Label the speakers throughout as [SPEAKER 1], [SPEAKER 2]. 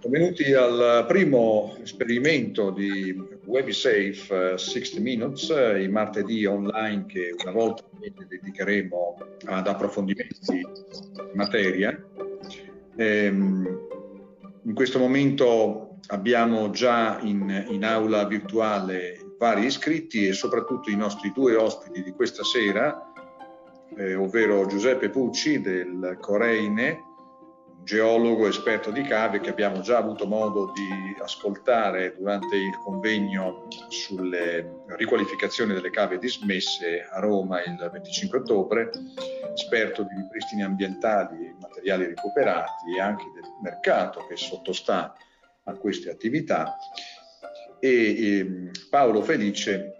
[SPEAKER 1] Benvenuti al primo esperimento di WebiSafe 60 Minutes, i martedì online che una volta dedicheremo ad approfondimenti in materia. In questo momento abbiamo già in aula virtuale vari iscritti e soprattutto i nostri due ospiti di questa sera, ovvero Giuseppe Pucci del Coreine, geologo esperto di cave che abbiamo già avuto modo di ascoltare durante il convegno sulle riqualificazioni delle cave dismesse a Roma il 25 ottobre, esperto di ripristini ambientali, materiali recuperati e anche del mercato che sottostà a queste attività, e Paolo Felice,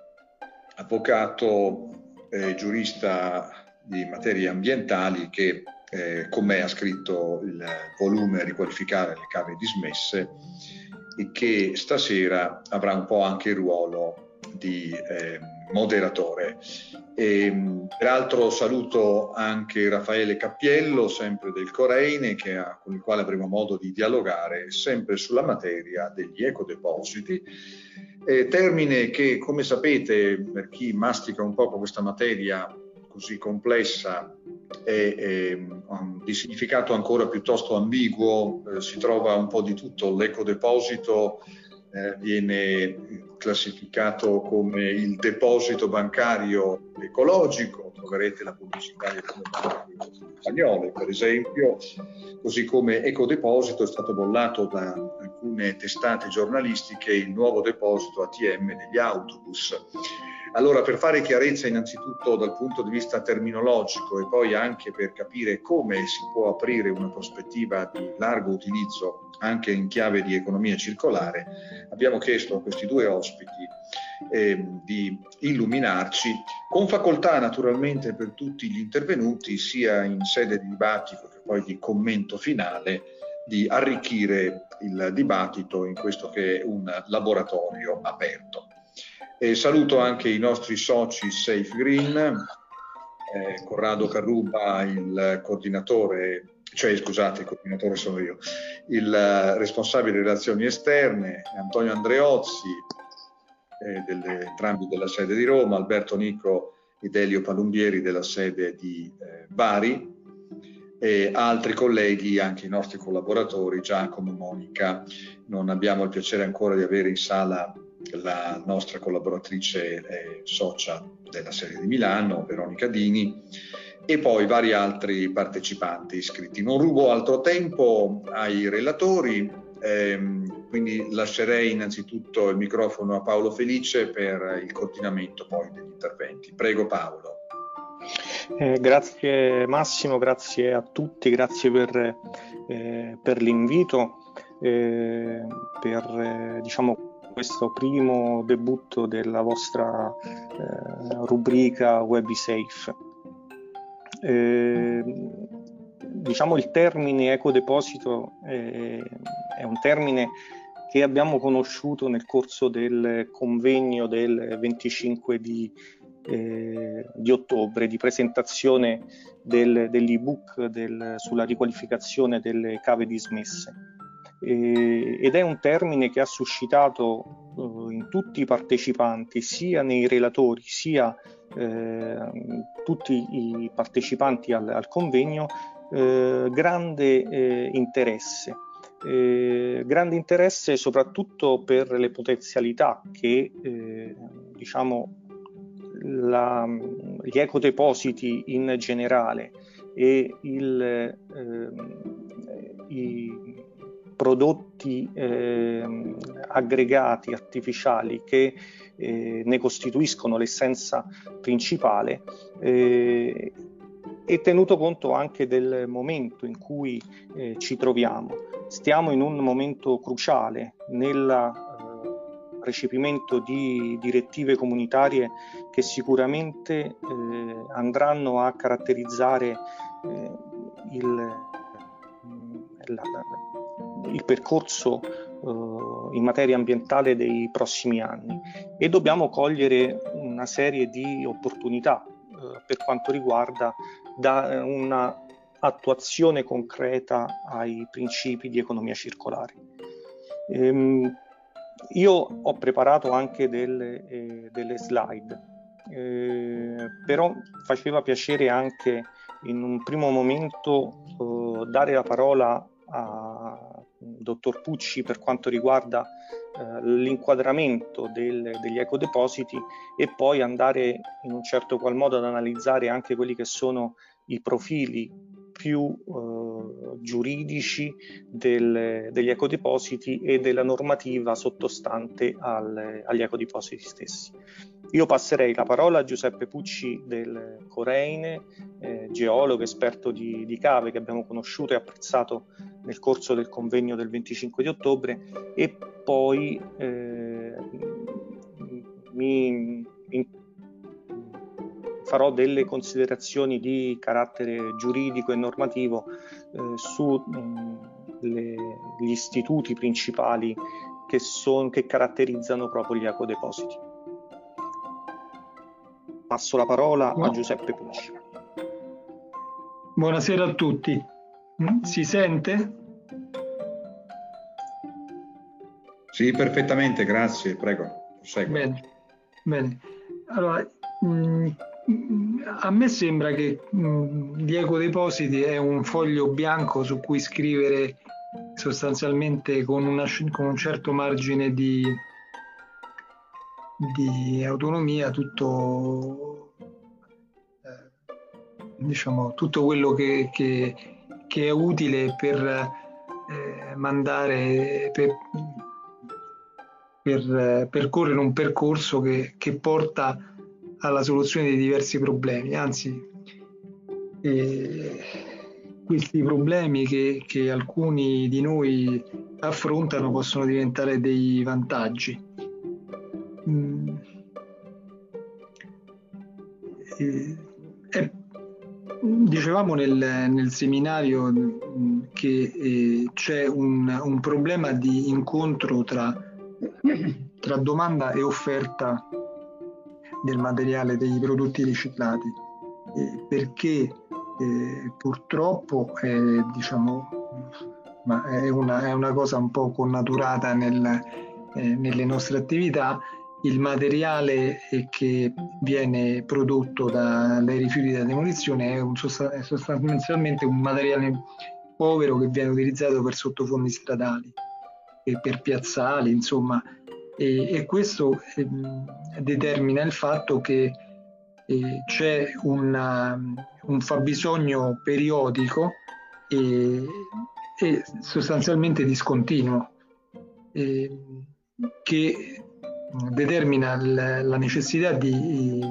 [SPEAKER 1] avvocato e giurista di materie ambientali che con me ha scritto il volume Riqualificare le cave dismesse e che stasera avrà un po' anche il ruolo di moderatore. Peraltro saluto anche Raffaele Cappiello, sempre del Coreine, con il quale avremo modo di dialogare sempre sulla materia degli ecodepositi, termine che, come sapete, per chi mastica un po' questa materia così complessa e di significato ancora piuttosto ambiguo, si trova un po' di tutto. L'ecodeposito viene classificato come il deposito bancario ecologico, troverete la pubblicità delle banche spagnole per esempio, così come ecodeposito è stato bollato da alcune testate giornalistiche il nuovo deposito ATM degli autobus. Allora, per fare chiarezza innanzitutto dal punto di vista terminologico e poi anche per capire come si può aprire una prospettiva di largo utilizzo anche in chiave di economia circolare, abbiamo chiesto a questi due ospiti di illuminarci, con facoltà naturalmente per tutti gli intervenuti, sia in sede di dibattito che poi di commento finale, di arricchire il dibattito in questo che è un laboratorio aperto. Saluto anche i nostri soci Safe Green, Corrado Carruba, il coordinatore, il coordinatore sono io, il responsabile relazioni esterne, Antonio Andreozzi, entrambi della sede di Roma, Alberto Nico ed Elio Palumbieri della sede di Bari, e altri colleghi, anche i nostri collaboratori, Giacomo, Monica. Non abbiamo il piacere ancora di avere in sala la nostra collaboratrice socia della sede di Milano, Veronica Dini, e poi vari altri partecipanti iscritti. Non rubo altro tempo ai relatori, quindi lascerei innanzitutto il microfono a Paolo Felice per il coordinamento poi degli interventi. Prego Paolo.
[SPEAKER 2] Grazie Massimo, grazie a tutti, grazie per l'invito, per questo primo debutto della vostra rubrica WebiSafe. Il termine ecodeposito è un termine che abbiamo conosciuto nel corso del convegno del 25 di ottobre, di presentazione dell'ebook sulla riqualificazione delle cave dismesse, ed è un termine che ha suscitato in tutti i partecipanti, sia nei relatori sia tutti i partecipanti al convegno, grande interesse. Grande interesse soprattutto per le potenzialità che gli ecodepositi in generale e i prodotti aggregati artificiali che ne costituiscono l'essenza principale, e tenuto conto anche del momento in cui ci troviamo. Stiamo in un momento cruciale nel recepimento di direttive comunitarie che sicuramente andranno a caratterizzare il percorso in materia ambientale dei prossimi anni, e dobbiamo cogliere una serie di opportunità per quanto riguarda una attuazione concreta ai principi di economia circolare. Io ho preparato anche delle slide, però faceva piacere anche in un primo momento dare la parola a dottor Pucci per quanto riguarda l'inquadramento degli ecodepositi e poi andare in un certo qual modo ad analizzare anche quelli che sono i profili più giuridici degli ecodepositi e della normativa sottostante agli ecodepositi stessi. Io passerei la parola a Giuseppe Pucci del Coreine, geologo, esperto di cave che abbiamo conosciuto e apprezzato nel corso del convegno del 25 di ottobre, e poi farò delle considerazioni di carattere giuridico e normativo sugli istituti principali che caratterizzano proprio gli ecodepositi. Passo la parola a Giuseppe Pucci.
[SPEAKER 3] Buonasera a tutti. Si sente?
[SPEAKER 1] Sì, perfettamente, grazie, prego.
[SPEAKER 3] Bene, bene. Allora, a me sembra che gli ecodepositi è un foglio bianco su cui scrivere sostanzialmente con un certo margine di autonomia tutto, diciamo, tutto quello che è utile per mandare, per percorrere un percorso che porta alla soluzione di diversi problemi, anzi questi problemi che alcuni di noi affrontano possono diventare dei vantaggi. Dicevamo nel seminario che c'è un problema di incontro tra domanda e offerta del materiale, dei prodotti riciclati, perché purtroppo diciamo, ma è una cosa un po' connaturata nelle nostre attività. Il materiale che viene prodotto dai rifiuti da demolizione è sostanzialmente un materiale povero che viene utilizzato per sottofondi stradali e per piazzali, insomma, e questo determina il fatto che c'è un fabbisogno periodico e sostanzialmente discontinuo, che determina la necessità di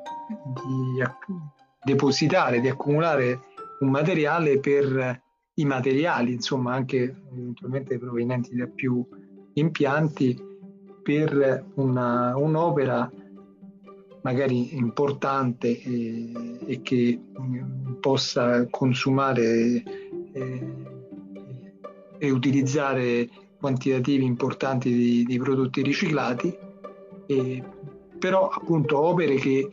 [SPEAKER 3] depositare, di accumulare un materiale per i materiali, insomma anche eventualmente provenienti da più impianti, per un'opera magari importante e che possa consumare e utilizzare quantitativi importanti di prodotti riciclati, però appunto opere che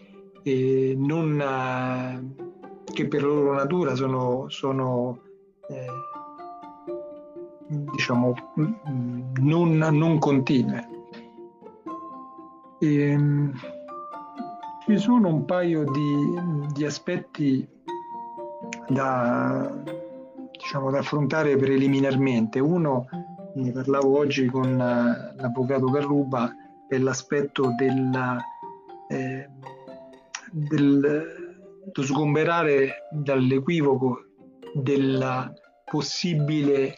[SPEAKER 3] per loro natura sono diciamo non continue. Ci sono un paio di aspetti da affrontare preliminarmente. Uno, ne parlavo oggi con l'avvocato Garruba, è l'aspetto dello sgomberare dall'equivoco della possibile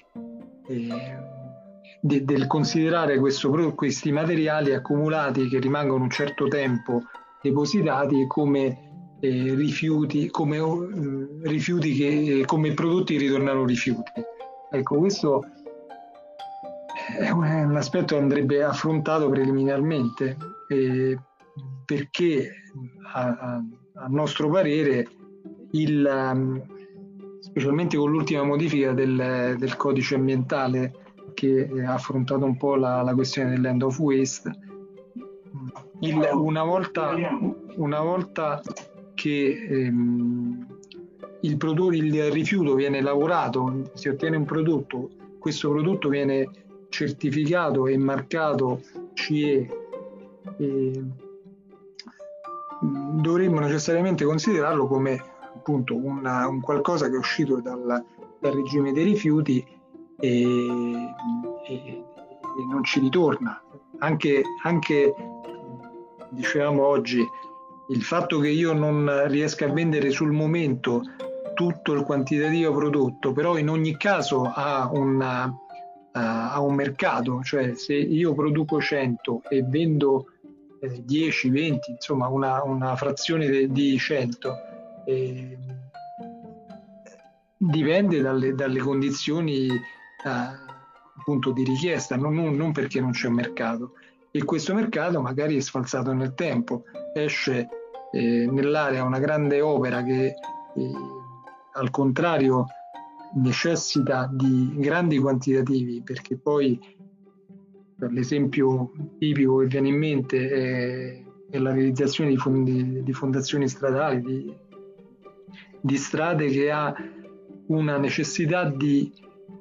[SPEAKER 3] del considerare questi materiali accumulati che rimangono un certo tempo depositati come rifiuti, come prodotti che ritornano rifiuti. Ecco, questo è un aspetto che andrebbe affrontato preliminarmente, perché a nostro parere, specialmente con l'ultima modifica del codice ambientale che ha affrontato un po' la questione dell'end of waste, una volta che il rifiuto viene lavorato, si ottiene un prodotto, questo prodotto viene certificato e marcato CE, dovremmo necessariamente considerarlo come appunto un qualcosa che è uscito dal regime dei rifiuti e non ci ritorna. Anche dicevamo oggi, il fatto che io non riesca a vendere sul momento tutto il quantitativo prodotto, però in ogni caso ha un mercato, cioè se io produco 100 e vendo 10, 20, insomma una frazione di 100, dipende dalle condizioni appunto di richiesta, non perché non c'è un mercato, e questo mercato magari è sfalsato nel tempo, esce nell'area una grande opera che al contrario necessita di grandi quantitativi, perché poi l'esempio tipico che viene in mente è la realizzazione di fondazioni stradali, di strade che ha una necessità di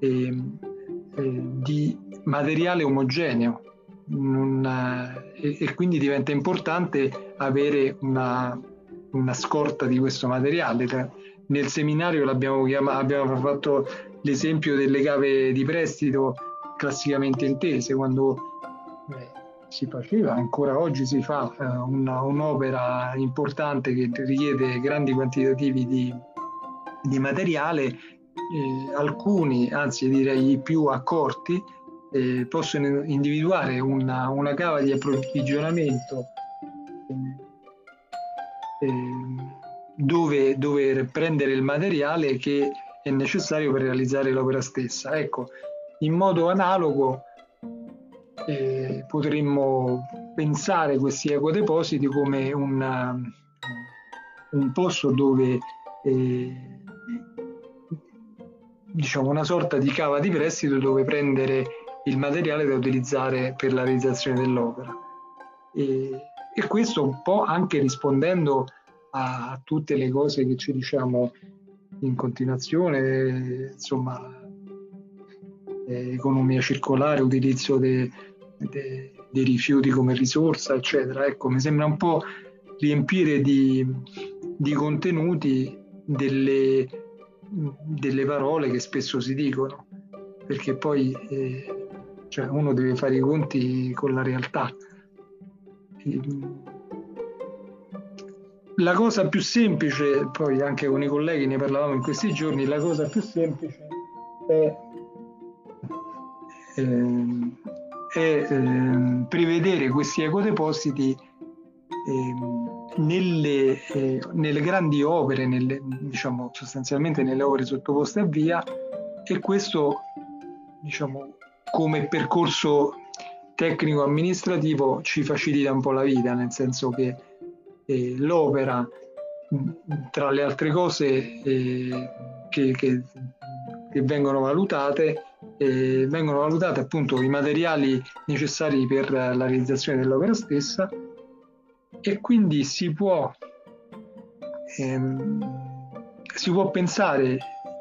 [SPEAKER 3] materiale omogeneo, e quindi diventa importante avere una scorta di questo materiale. Nel seminario abbiamo fatto l'esempio delle cave di prestito classicamente intese, quando si faceva, ancora oggi si fa un'opera importante che richiede grandi quantitativi di materiale. Alcuni, anzi direi i più accorti, possono individuare una cava di approvvigionamento dove prendere il materiale che è necessario per realizzare l'opera stessa. Ecco, in modo analogo potremmo pensare questi ecodepositi come un posto dove diciamo una sorta di cava di prestito dove prendere il materiale da utilizzare per la realizzazione dell'opera, e questo un po' anche rispondendo a tutte le cose che ci diciamo in continuazione, insomma, economia circolare, utilizzo dei rifiuti come risorsa, eccetera. Ecco, mi sembra un po' riempire di contenuti delle parole che spesso si dicono, perché poi cioè uno deve fare i conti con la realtà. La cosa più semplice, poi anche con i colleghi ne parlavamo in questi giorni, la cosa più semplice è prevedere questi ecodepositi nelle grandi opere, diciamo sostanzialmente nelle opere sottoposte a via, e questo diciamo come percorso tecnico amministrativo ci facilita un po' la vita, nel senso che l'opera, tra le altre cose che vengono valutate appunto i materiali necessari per la realizzazione dell'opera stessa, e quindi si può pensare,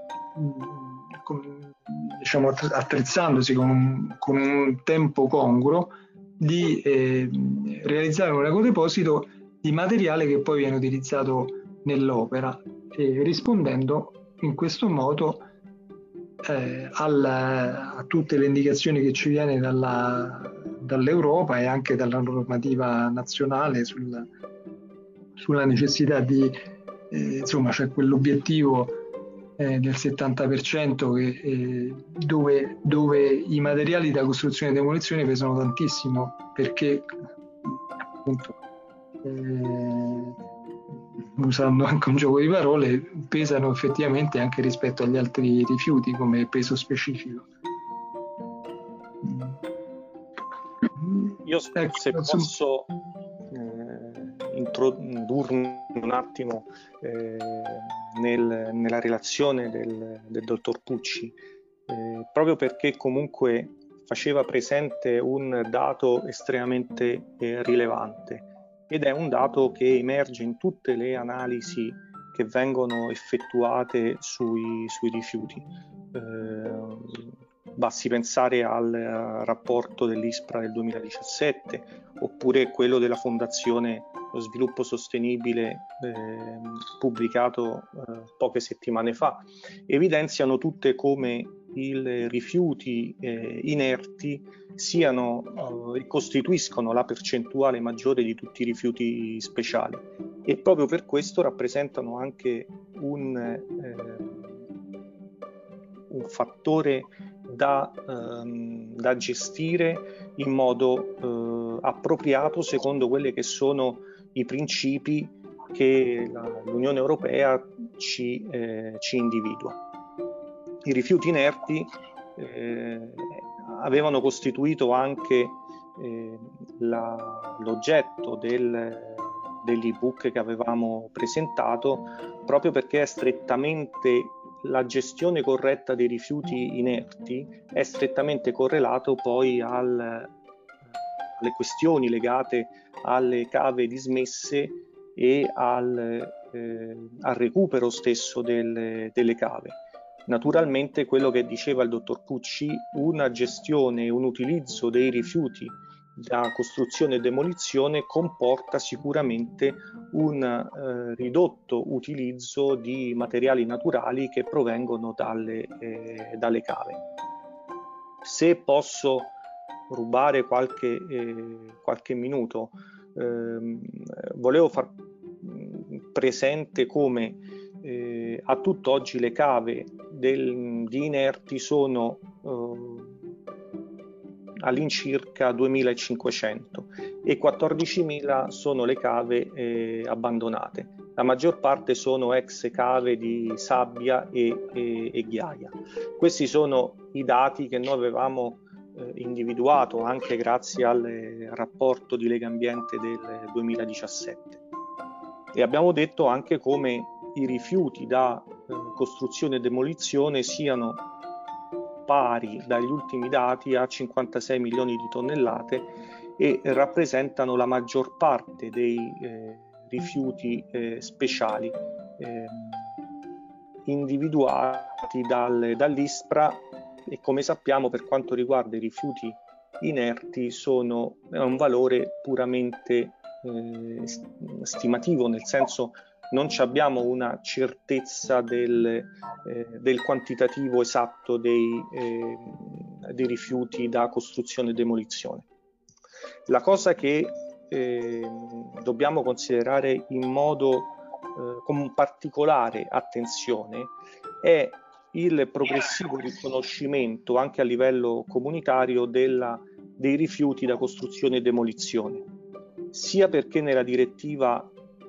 [SPEAKER 3] diciamo attrezzandosi con un tempo congruo, di realizzare un ecodeposito di materiale che poi viene utilizzato nell'opera, rispondendo in questo modo a tutte le indicazioni che ci viene dall'Europa e anche dalla normativa nazionale sulla necessità di insomma c'è quell'obiettivo del 70% che, dove i materiali da costruzione e demolizione pesano tantissimo, perché appunto usando anche un gioco di parole, pesano effettivamente anche rispetto agli altri rifiuti come peso specifico.
[SPEAKER 2] Io se posso introdurmi un attimo nella relazione del dottor Pucci, proprio perché comunque faceva presente un dato estremamente rilevante, ed è un dato che emerge in tutte le analisi che vengono effettuate sui rifiuti. Basti pensare al rapporto dell'ISPRA del 2017 oppure quello della Fondazione lo Sviluppo Sostenibile pubblicato poche settimane fa. Evidenziano tutte come i rifiuti inerti costituiscono la percentuale maggiore di tutti i rifiuti speciali e proprio per questo rappresentano anche un fattore da gestire in modo appropriato secondo quelli che sono i principi che l'Unione Europea ci individua. I rifiuti inerti avevano costituito anche l'oggetto dell'ebook che avevamo presentato, proprio perché la gestione corretta dei rifiuti inerti è strettamente correlato poi alle questioni legate alle cave dismesse e al recupero stesso delle cave. Naturalmente quello che diceva il dottor Pucci, una gestione e un utilizzo dei rifiuti da costruzione e demolizione comporta sicuramente un ridotto utilizzo di materiali naturali che provengono dalle cave. Se posso rubare qualche minuto, volevo far presente come a tutt'oggi le cave di inerti sono all'incirca 2.500 e 14.000 sono le cave abbandonate. La maggior parte sono ex cave di sabbia e ghiaia. Questi sono i dati che noi avevamo individuato anche grazie al rapporto di Legambiente del 2017 e abbiamo detto anche come i rifiuti da costruzione e demolizione siano pari dagli ultimi dati a 56 milioni di tonnellate e rappresentano la maggior parte dei rifiuti speciali individuati dall'ISPRA e come sappiamo per quanto riguarda i rifiuti inerti è un valore puramente stimativo, nel senso non abbiamo una certezza del quantitativo esatto dei rifiuti da costruzione e demolizione. La cosa che dobbiamo considerare con particolare attenzione è il progressivo riconoscimento anche a livello comunitario dei rifiuti da costruzione e demolizione, sia perché nella direttiva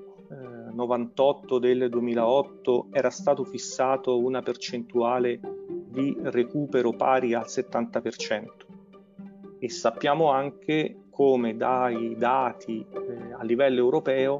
[SPEAKER 2] 98 del 2008 era stato fissato una percentuale di recupero pari al 70% e sappiamo anche come dai dati a livello europeo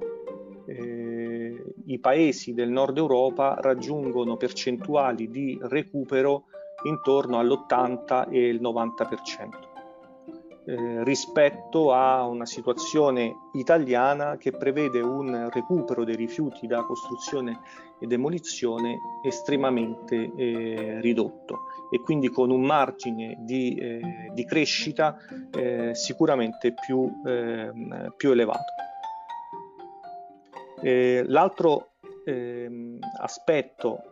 [SPEAKER 2] i paesi del nord Europa raggiungono percentuali di recupero intorno all'80 e il 90%. Rispetto a una situazione italiana che prevede un recupero dei rifiuti da costruzione e demolizione estremamente ridotto e quindi con un margine di crescita sicuramente più elevato. L'altro aspetto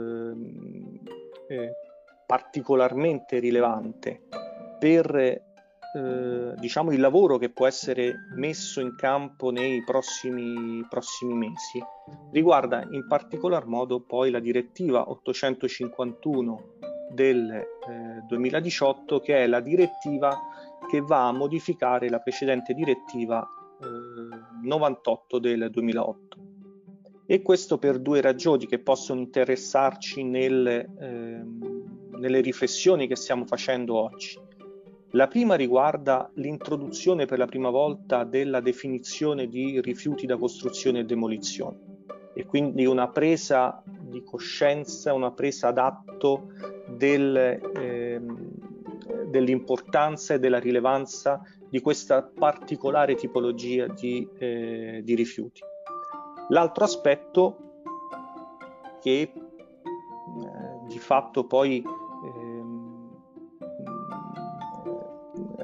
[SPEAKER 2] particolarmente rilevante per il lavoro che può essere messo in campo nei prossimi mesi riguarda in particolar modo poi la direttiva 851 del 2018, che è la direttiva che va a modificare la precedente direttiva 98 del 2008, e questo per due ragioni che possono interessarci nelle riflessioni che stiamo facendo oggi. La prima riguarda l'introduzione per la prima volta della definizione di rifiuti da costruzione e demolizione e quindi una presa di coscienza, una presa d'atto dell'importanza e della rilevanza di questa particolare tipologia di rifiuti. L'altro aspetto che di fatto poi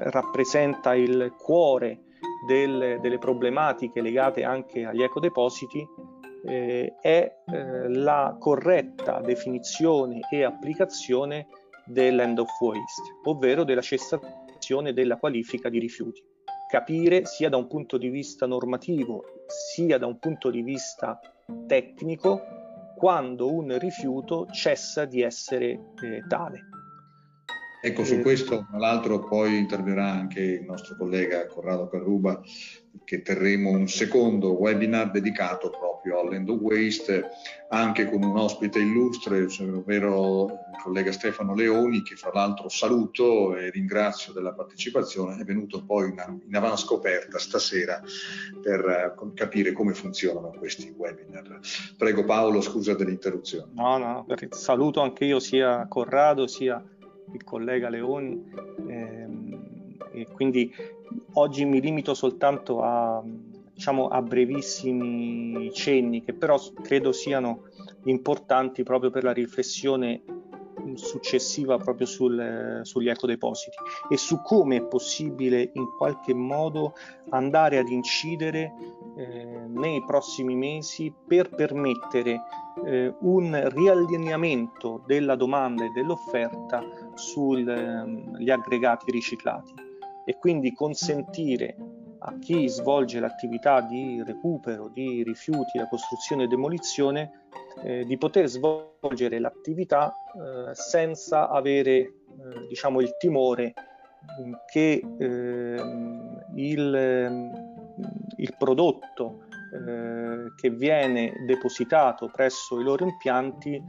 [SPEAKER 2] rappresenta il cuore delle problematiche legate anche agli ecodepositi, è la corretta definizione e applicazione dell'end of waste, ovvero della cessazione della qualifica di rifiuti. Capire sia da un punto di vista normativo sia da un punto di vista tecnico quando un rifiuto cessa di essere tale.
[SPEAKER 1] Ecco, su questo tra l'altro poi interverrà anche il nostro collega Corrado Carruba, che terremo un secondo webinar dedicato proprio all'end of waste, anche con un ospite illustre, ovvero il collega Stefano Leoni, che fra l'altro saluto e ringrazio della partecipazione, è venuto poi in avanscoperta stasera per capire come funzionano questi webinar. Prego Paolo, scusa dell'interruzione.
[SPEAKER 2] No, saluto anche io sia Corrado sia il collega Leoni, e quindi oggi mi limito soltanto a brevissimi cenni che però credo siano importanti proprio per la riflessione successiva proprio sugli ecodepositi e su come è possibile in qualche modo andare ad incidere nei prossimi mesi per permettere un riallineamento della domanda e dell'offerta sugli aggregati riciclati e quindi consentire a chi svolge l'attività di recupero di rifiuti da costruzione e demolizione di poter svolgere l'attività senza avere il timore che il prodotto che viene depositato presso i loro impianti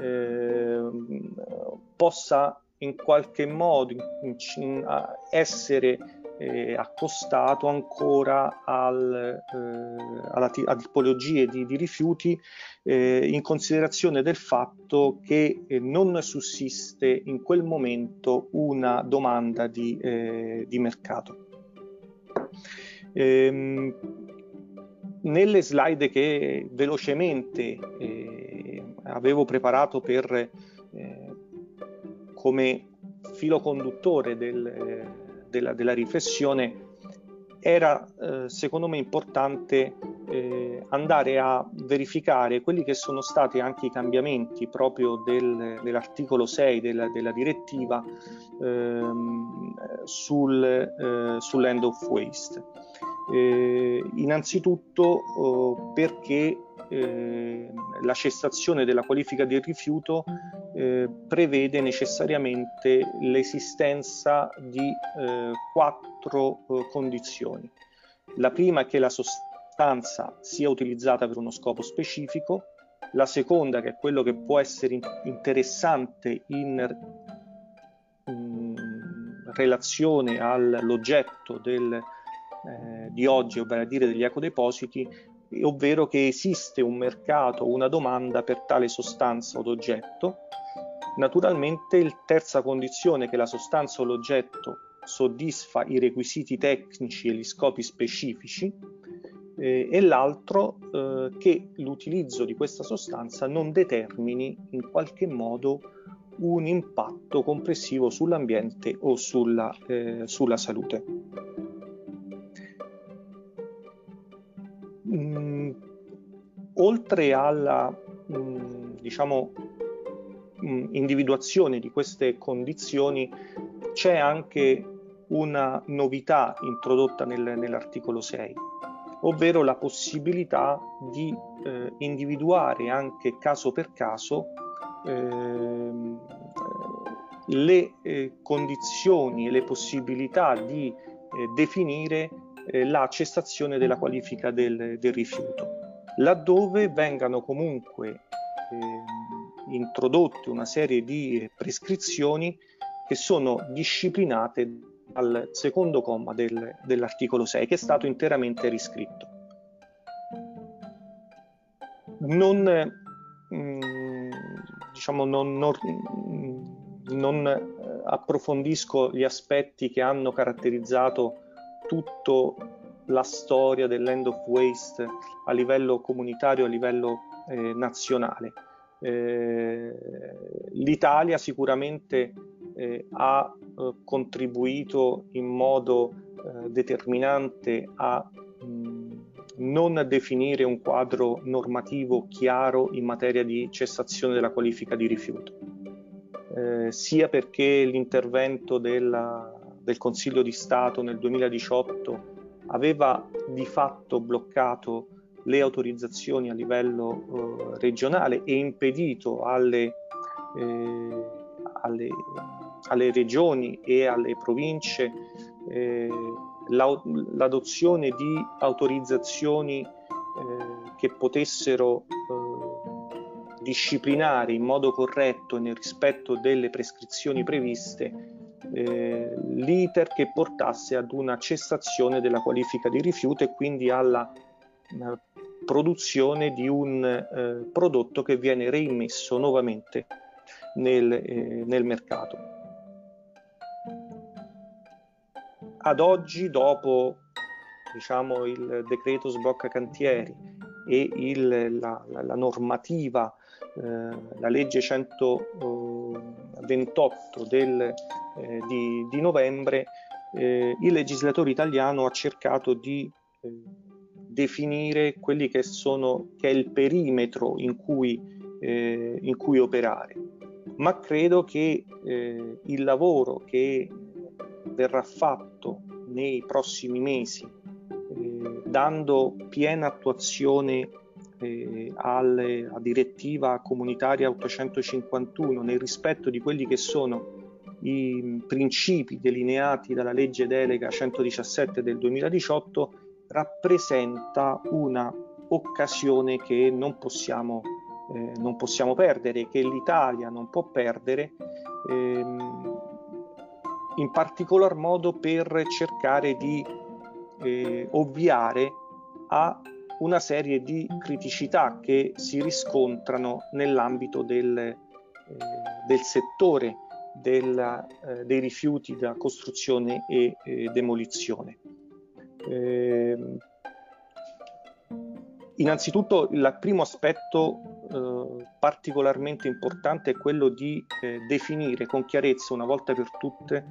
[SPEAKER 2] possa in qualche modo essere accostato ancora a tipologie di rifiuti in considerazione del fatto che non sussiste in quel momento una domanda di mercato. Nelle slide che velocemente avevo preparato come filo conduttore della riflessione, era secondo me importante andare a verificare quelli che sono stati anche i cambiamenti proprio dell'articolo 6 della direttiva sull'end of waste. Innanzitutto perché la cessazione della qualifica del rifiuto prevede necessariamente l'esistenza di 4 condizioni. La prima è che la sostanza sia utilizzata per uno scopo specifico, la seconda che è quello che può essere interessante in relazione all'oggetto di oggi, ovvero a dire degli ecodepositi, ovvero che esiste un mercato, una domanda per tale sostanza o oggetto. Naturalmente, la terza condizione è che la sostanza o l'oggetto soddisfa i requisiti tecnici e gli scopi specifici, e l'altro che l'utilizzo di questa sostanza non determini in qualche modo un impatto complessivo sull'ambiente o sulla salute. Oltre alla individuazione di queste condizioni, c'è anche una novità introdotta nell'articolo 6, ovvero la possibilità di individuare anche caso per caso le condizioni e le possibilità di definire la cessazione della qualifica del rifiuto, laddove vengano comunque introdotte una serie di prescrizioni che sono disciplinate dal secondo comma dell'articolo 6, che è stato interamente riscritto. Non approfondisco gli aspetti che hanno caratterizzato tutta la storia dell'end of waste a livello comunitario, a livello nazionale. L'Italia sicuramente ha contribuito in modo determinante a non definire un quadro normativo chiaro in materia di cessazione della qualifica di rifiuto, sia perché l'intervento del Consiglio di Stato nel 2018 aveva di fatto bloccato le autorizzazioni a livello regionale e impedito alle regioni e alle province l'adozione di autorizzazioni che potessero disciplinare in modo corretto e nel rispetto delle prescrizioni previste l'iter che portasse ad una cessazione della qualifica di rifiuto e quindi alla produzione di un prodotto che viene reimmesso nuovamente nel mercato. Ad oggi, dopo il decreto sblocca cantieri e la normativa, la legge 128 di novembre, il legislatore italiano ha cercato di definire quelli che è il perimetro in cui operare, ma credo che il lavoro che verrà fatto nei prossimi mesi, dando piena attuazione alla direttiva comunitaria 851 nel rispetto di quelli che sono i principi delineati dalla legge delega 117 del 2018, rappresenta una occasione che non possiamo perdere, che l'Italia non può perdere, in particolar modo per cercare di ovviare a una serie di criticità che si riscontrano nell'ambito del settore dei rifiuti da costruzione e demolizione. Innanzitutto il primo aspetto particolarmente importante è quello di definire con chiarezza una volta per tutte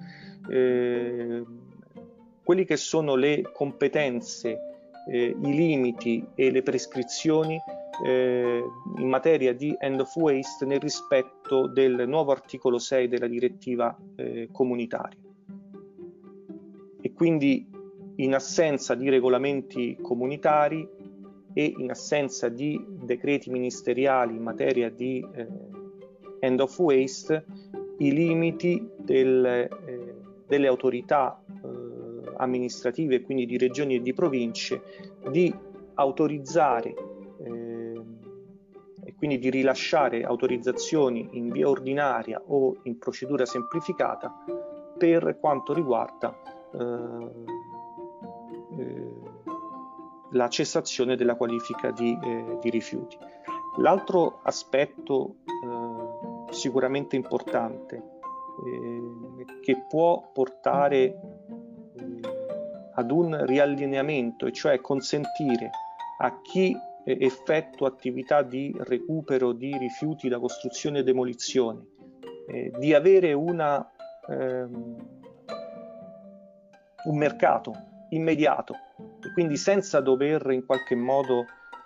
[SPEAKER 2] quelli che sono le competenze, i limiti e le prescrizioni in materia di end of waste nel rispetto del nuovo articolo 6 della direttiva comunitaria. E quindi in assenza di regolamenti comunitari e in assenza di decreti ministeriali in materia di end of waste, i limiti delle autorità amministrative, quindi di regioni e di province, di autorizzare e quindi di rilasciare autorizzazioni in via ordinaria o in procedura semplificata per quanto riguarda la cessazione della qualifica di rifiuti. L'altro aspetto sicuramente importante che può portare ad un riallineamento, e cioè consentire a chi effettua attività di recupero di rifiuti da costruzione e demolizione di avere un mercato immediato e quindi senza dover in qualche modo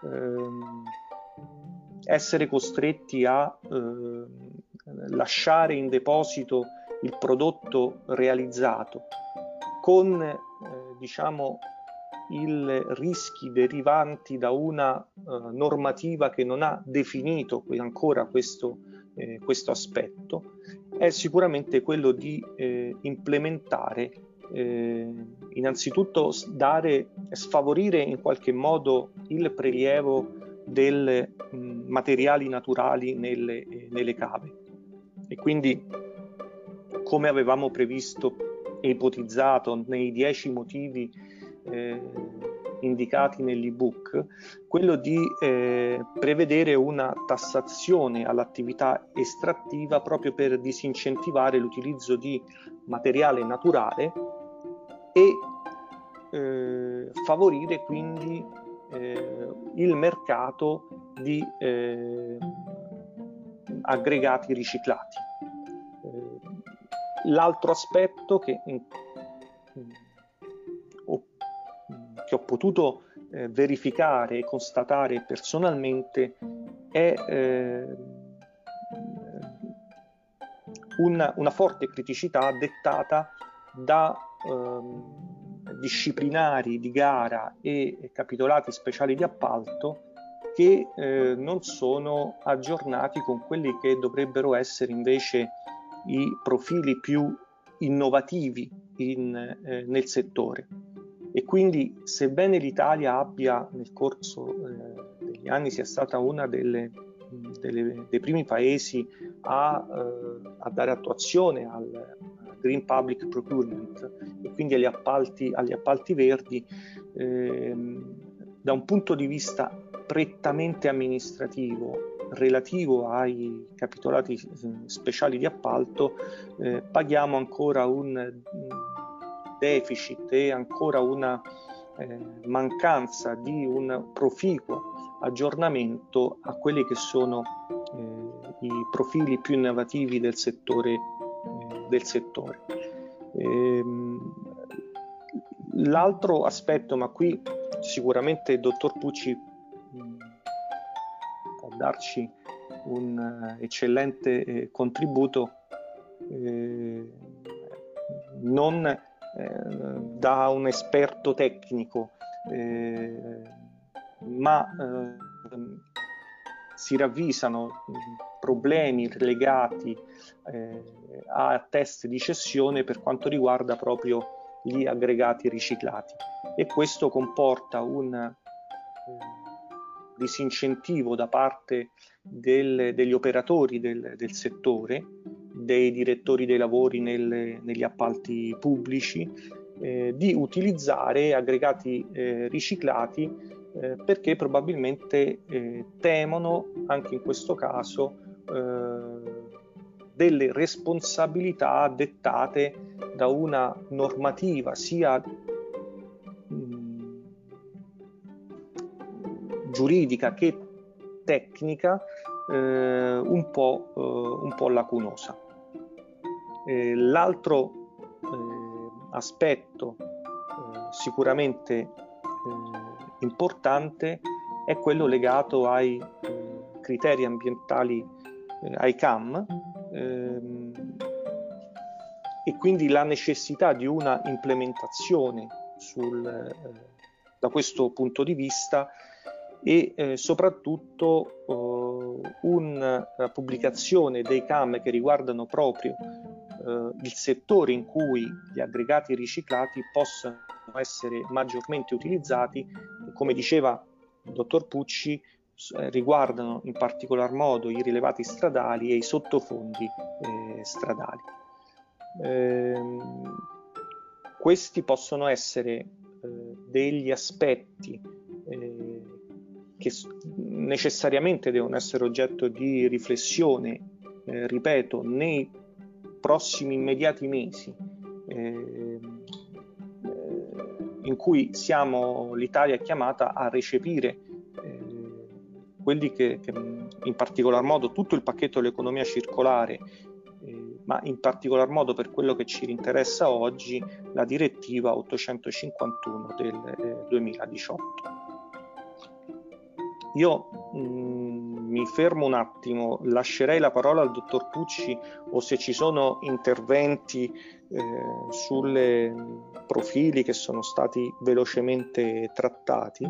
[SPEAKER 2] essere costretti a lasciare in deposito il prodotto realizzato con i rischi derivanti da una normativa che non ha definito ancora questo aspetto, è sicuramente quello di implementare innanzitutto sfavorire in qualche modo il prelievo dei materiali naturali nelle cave, e quindi, come avevamo previsto e ipotizzato nei 10 motivi indicati nell'ebook, quello di prevedere una tassazione all'attività estrattiva proprio per disincentivare l'utilizzo di materiale naturale e favorire quindi il mercato di aggregati riciclati. L'altro aspetto che ho potuto verificare e constatare personalmente è una forte criticità dettata da disciplinari di gara e capitolati speciali di appalto che non sono aggiornati con quelli che dovrebbero essere invece i profili più innovativi nel settore. E quindi, sebbene l'Italia abbia nel corso degli anni sia stata una dei primi paesi a dare attuazione al Green Public Procurement e quindi agli appalti verdi, da un punto di vista prettamente amministrativo relativo ai capitolati speciali di appalto, paghiamo ancora un deficit e ancora una mancanza di un proficuo aggiornamento a quelli che sono i profili più innovativi del settore. L'altro aspetto, ma qui sicuramente il dottor Pucci può darci un eccellente contributo, non da un esperto tecnico, ma si ravvisano problemi legati a test di cessione per quanto riguarda proprio gli aggregati riciclati, e questo comporta un disincentivo da parte degli operatori del settore, dei direttori dei lavori negli appalti pubblici, di utilizzare aggregati riciclati perché probabilmente temono anche in questo caso delle responsabilità dettate da una normativa sia giuridica che tecnica un po' lacunosa. L'altro aspetto sicuramente importante è quello legato ai criteri ambientali, ai CAM, e quindi la necessità di una implementazione da questo punto di vista e soprattutto una pubblicazione dei CAM che riguardano proprio il settore in cui gli aggregati riciclati possano essere maggiormente utilizzati. Come diceva il dottor Pucci, riguardano in particolar modo i rilevati stradali e i sottofondi stradali. Questi possono essere degli aspetti che necessariamente devono essere oggetto di riflessione, ripeto, nei prossimi immediati mesi, in cui l'Italia è chiamata a recepire quelli che in particolar modo tutto il pacchetto dell'economia circolare, ma in particolar modo per quello che ci interessa oggi, la direttiva 851 del 2018. Io mi fermo un attimo, lascerei la parola al dottor Pucci o se ci sono interventi sulle profili che sono stati velocemente trattati,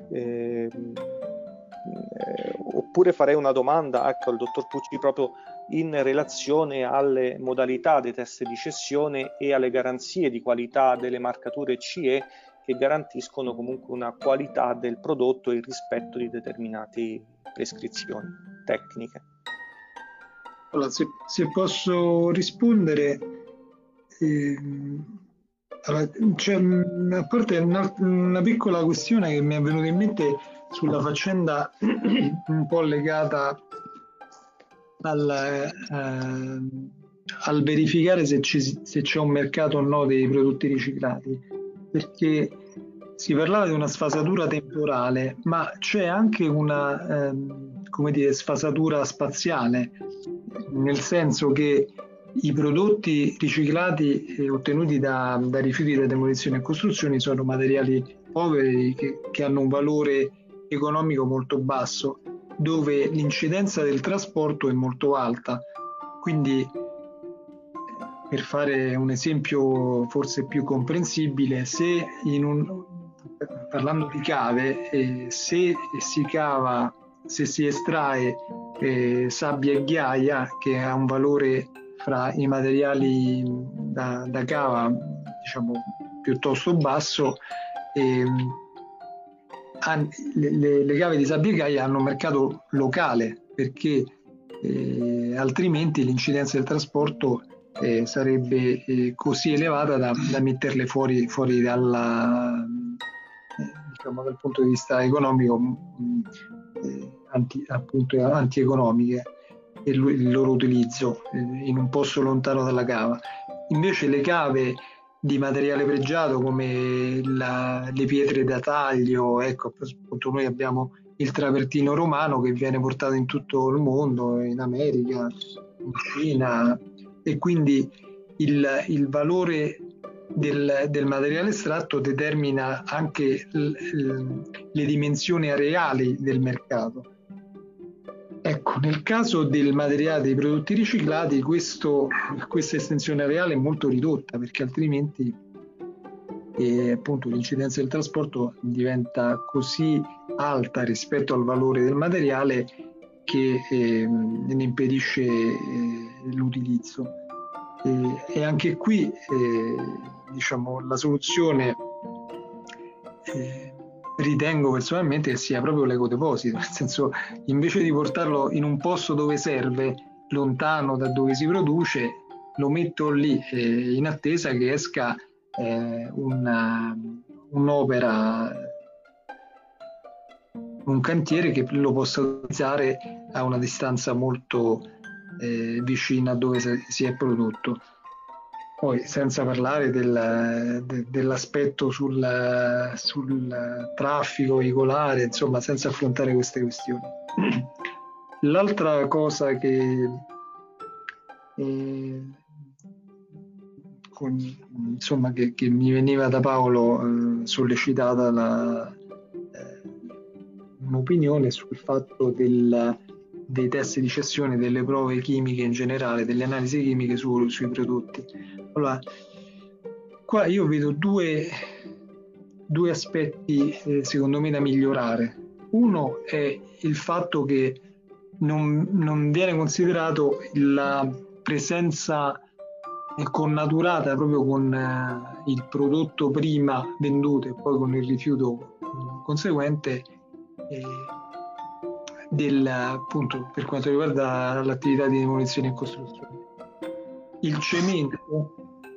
[SPEAKER 2] oppure farei una domanda al dottor Pucci proprio in relazione alle modalità dei test di cessione e alle garanzie di qualità delle marcature CE che garantiscono comunque una qualità del prodotto e il rispetto di determinate prescrizioni tecniche.
[SPEAKER 3] Allora, se posso rispondere, allora, c'è a parte una piccola questione che mi è venuta in mente sulla faccenda un po' legata al verificare se c'è un mercato o no dei prodotti riciclati, perché si parlava di una sfasatura temporale, ma c'è anche una sfasatura spaziale, nel senso che I prodotti riciclati ottenuti da rifiuti da demolizione e costruzioni sono materiali poveri che hanno un valore economico molto basso, dove l'incidenza del trasporto è molto alta. Quindi, per fare un esempio forse più comprensibile, se parlando di cave, se si estrae sabbia e ghiaia, che ha un valore fra i materiali da cava, diciamo, piuttosto basso, le cave di sabbia e ghiaia hanno un mercato locale, perché altrimenti l'incidenza del trasporto sarebbe così elevata da metterle fuori dal punto di vista economico, antieconomiche, il loro utilizzo in un posto lontano dalla cava. Invece le cave di materiale pregiato, come le pietre da taglio, ecco, appunto, noi abbiamo il travertino romano che viene portato in tutto il mondo, in America, in Cina, e quindi il valore del materiale estratto determina anche le dimensioni areali del mercato. Ecco, nel caso del materiale dei prodotti riciclati questa estensione areale è molto ridotta, perché altrimenti appunto l'incidenza del trasporto diventa così alta rispetto al valore del materiale che ne impedisce l'utilizzo. E anche qui diciamo, la soluzione ritengo personalmente che sia proprio l'ecodeposito, nel senso, invece di portarlo in un posto dove serve, lontano da dove si produce, lo metto lì in attesa che esca un'opera, un cantiere che lo possa utilizzare a una distanza molto vicina a dove si è prodotto. Poi, senza parlare dell'aspetto sul traffico veicolare, insomma, senza affrontare queste questioni. L'altra cosa che mi veniva da Paolo sollecitata un'opinione sul fatto dei test di cessione, delle prove chimiche in generale, delle analisi chimiche sui prodotti. Allora, qua io vedo due aspetti secondo me da migliorare. Uno è il fatto che non viene considerato la presenza connaturata proprio con il prodotto prima venduto e poi con il rifiuto conseguente, appunto, per quanto riguarda l'attività di demolizione e costruzione. Il cemento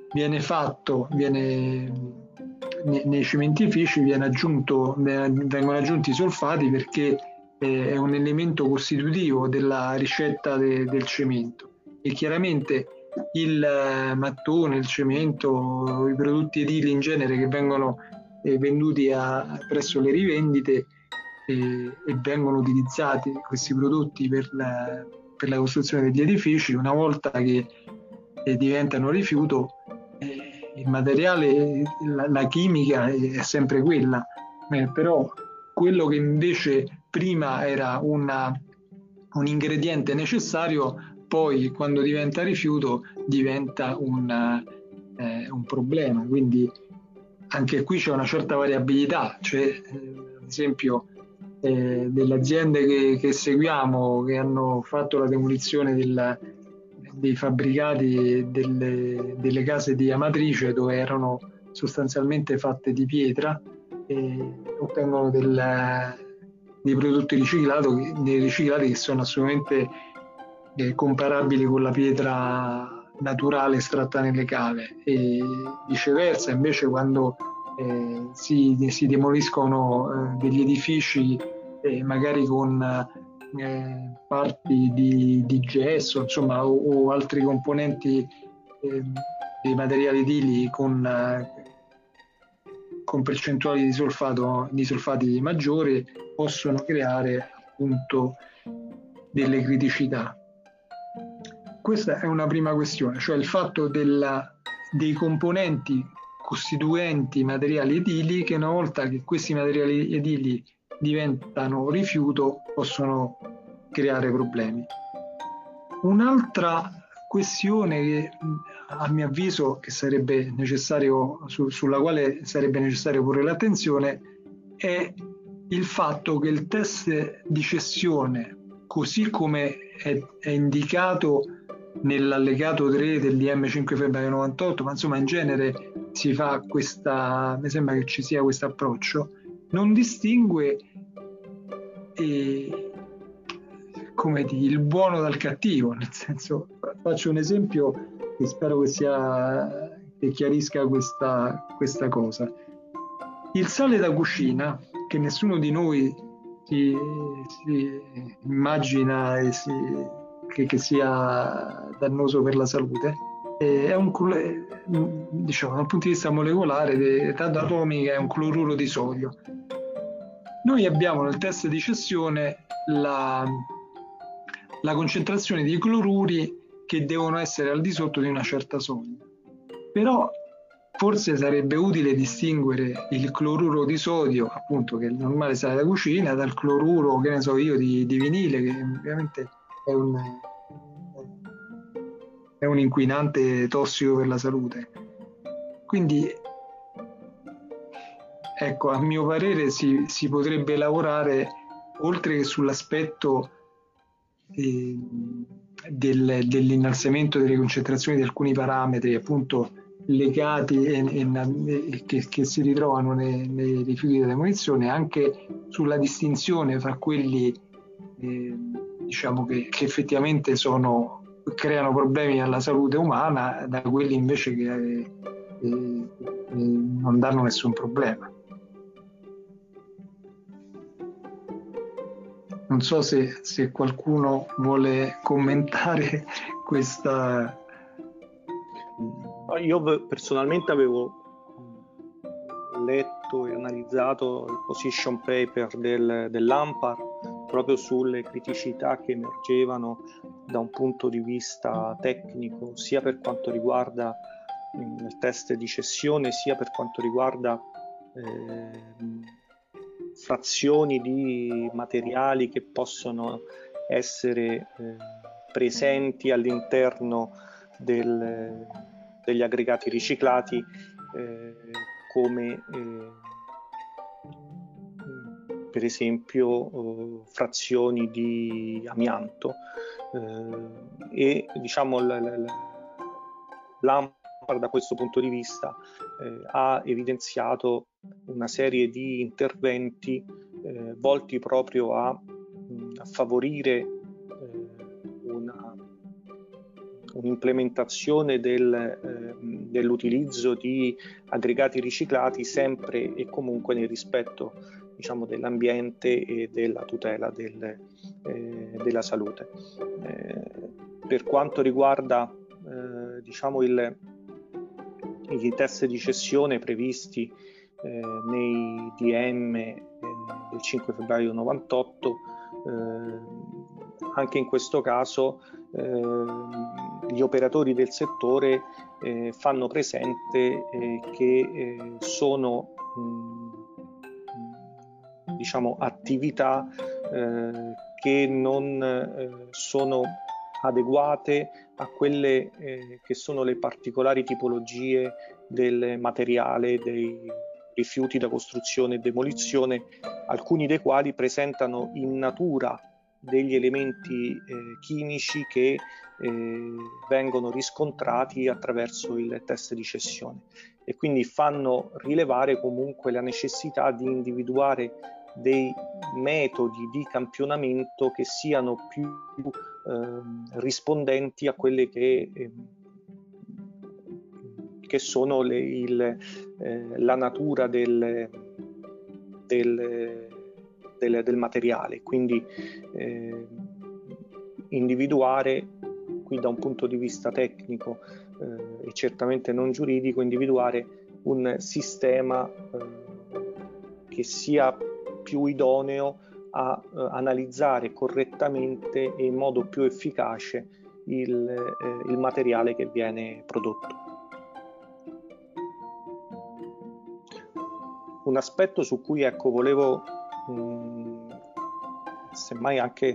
[SPEAKER 3] nei cementifici vengono aggiunti i solfati, perché è un elemento costitutivo della ricetta del cemento, e chiaramente il mattone, il cemento, i prodotti edili in genere che vengono venduti presso le rivendite e vengono utilizzati questi prodotti per la costruzione degli edifici, una volta che diventano rifiuto, il materiale, la chimica è sempre quella, però quello che invece prima era un ingrediente necessario, poi quando diventa rifiuto diventa un problema. Quindi anche qui c'è una certa variabilità, cioè ad esempio delle aziende che seguiamo, che hanno fatto la demolizione dei fabbricati delle case di Amatrice, dove erano sostanzialmente fatte di pietra, e ottengono dei prodotti riciclati che sono assolutamente comparabili con la pietra naturale estratta nelle cave, e viceversa invece quando si demoliscono degli edifici magari con parti di gesso, insomma, o altri componenti dei materiali edili con percentuali di solfati maggiori, possono creare appunto delle criticità. questa è una prima questione, cioè il fatto dei componenti costituenti materiali edili, che una volta che questi materiali edili diventano rifiuto possono creare problemi. Un'altra questione che a mio avviso che sarebbe necessario, sulla quale sarebbe necessario porre l'attenzione, è il fatto che il test di cessione, così come è indicato nell'allegato 3 del DM 5 febbraio 98, ma insomma in genere si fa questa, mi sembra che ci sia questo approccio, non distingue come dire, il buono dal cattivo, nel senso, faccio un esempio che spero che chiarisca questa cosa. Il sale da cucina, che nessuno di noi si immagina che sia dannoso per la salute, è diciamo, dal punto di vista molecolare, data atomica, è un cloruro di sodio. Noi abbiamo nel test di cessione la concentrazione di cloruri che devono essere al di sotto di una certa soglia. Però forse sarebbe utile distinguere il cloruro di sodio, appunto, che è il normale sale da cucina, dal cloruro, che ne so io, di vinile, che ovviamente è un inquinante tossico per la salute. Quindi, ecco, a mio parere si potrebbe lavorare, oltre che sull'aspetto dell'innalzamento delle concentrazioni di alcuni parametri, appunto, legati che si ritrovano nei rifiuti della demolizione, anche sulla distinzione fra quelli diciamo che effettivamente creano problemi alla salute umana da quelli invece che non danno nessun problema. Non so se qualcuno vuole commentare questa.
[SPEAKER 2] Io personalmente avevo letto e analizzato il position paper dell'ANPAR proprio sulle criticità che emergevano da un punto di vista tecnico, sia per quanto riguarda il test di cessione, sia per quanto riguarda frazioni di materiali che possono essere presenti all'interno degli aggregati riciclati, come per esempio frazioni di amianto, e diciamo l'ANPAR da questo punto di vista ha evidenziato una serie di interventi volti proprio a favorire un'implementazione dell'utilizzo di aggregati riciclati sempre e comunque nel rispetto, diciamo, dell'ambiente e della tutela della salute. Per quanto riguarda diciamo i test di cessione previsti nei DM del 5 febbraio 98, anche in questo caso gli operatori del settore fanno presente che sono diciamo attività che non sono adeguate a quelle che sono le particolari tipologie del materiale, dei rifiuti da costruzione e demolizione, alcuni dei quali presentano in natura degli elementi chimici che vengono riscontrati attraverso il test di cessione, e quindi fanno rilevare comunque la necessità di individuare dei metodi di campionamento che siano più rispondenti a quelle che sono la natura del materiale. Quindi individuare qui da un punto di vista tecnico e certamente non giuridico, individuare un sistema che sia più idoneo a analizzare correttamente e in modo più efficace il materiale che viene prodotto. Un aspetto su cui, ecco, volevo semmai anche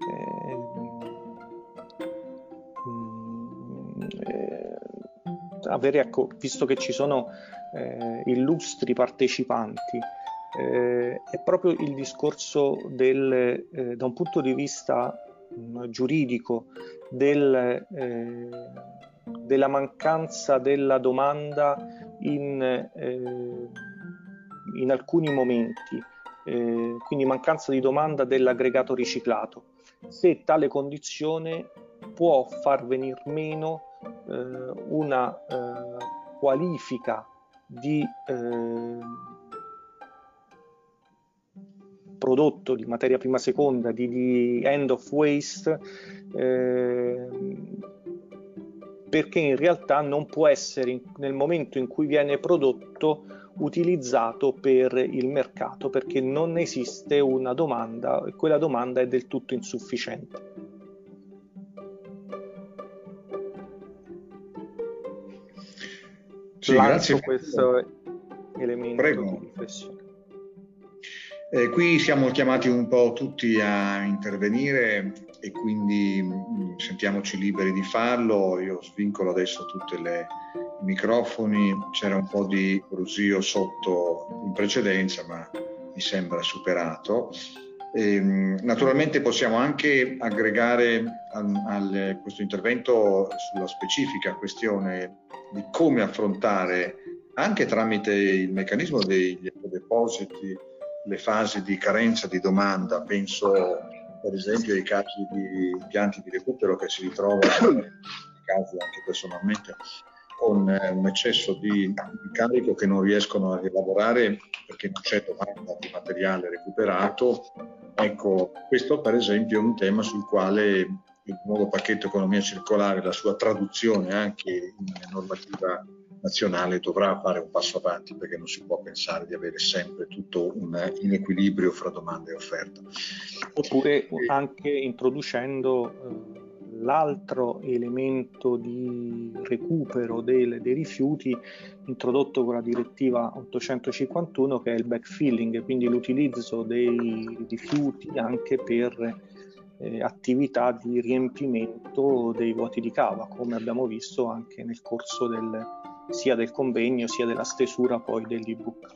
[SPEAKER 2] avere, ecco, visto che ci sono illustri partecipanti, è proprio il discorso da un punto di vista giuridico della mancanza della domanda in alcuni momenti, quindi mancanza di domanda dell'aggregato riciclato, se tale condizione può far venir meno una qualifica di prodotto, di materia prima seconda, di end of waste, perché in realtà non può essere, nel momento in cui viene prodotto, utilizzato per il mercato, perché non esiste una domanda e quella domanda è del tutto insufficiente.
[SPEAKER 1] Sì, grazie.
[SPEAKER 2] Questo elemento
[SPEAKER 1] Prego.
[SPEAKER 2] di riflessione.
[SPEAKER 1] Qui siamo chiamati un po' tutti a intervenire e quindi sentiamoci liberi di farlo. Io svincolo adesso tutti i microfoni, c'era un po' di brusio sotto in precedenza, ma mi sembra superato. Naturalmente possiamo anche aggregare a questo intervento sulla specifica questione di come affrontare, anche tramite il meccanismo degli depositi, le fasi di carenza di domanda. Penso per esempio ai casi di impianti di recupero che si ritrovano, in casi anche personalmente, con un eccesso di carico che non riescono a rielaborare perché non c'è domanda di materiale recuperato. Ecco, questo per esempio è un tema sul quale il nuovo pacchetto economia circolare, la sua traduzione anche in normativa nazionale, dovrà fare un passo avanti, perché non si può pensare di avere sempre tutto un inequilibrio fra domanda e offerta.
[SPEAKER 2] Oppure anche introducendo l'altro elemento di recupero dei rifiuti introdotto con la direttiva 851, che è il backfilling, quindi l'utilizzo dei rifiuti anche per attività di riempimento dei vuoti di cava, come abbiamo visto anche nel corso sia del convegno sia della stesura poi dell'ebook.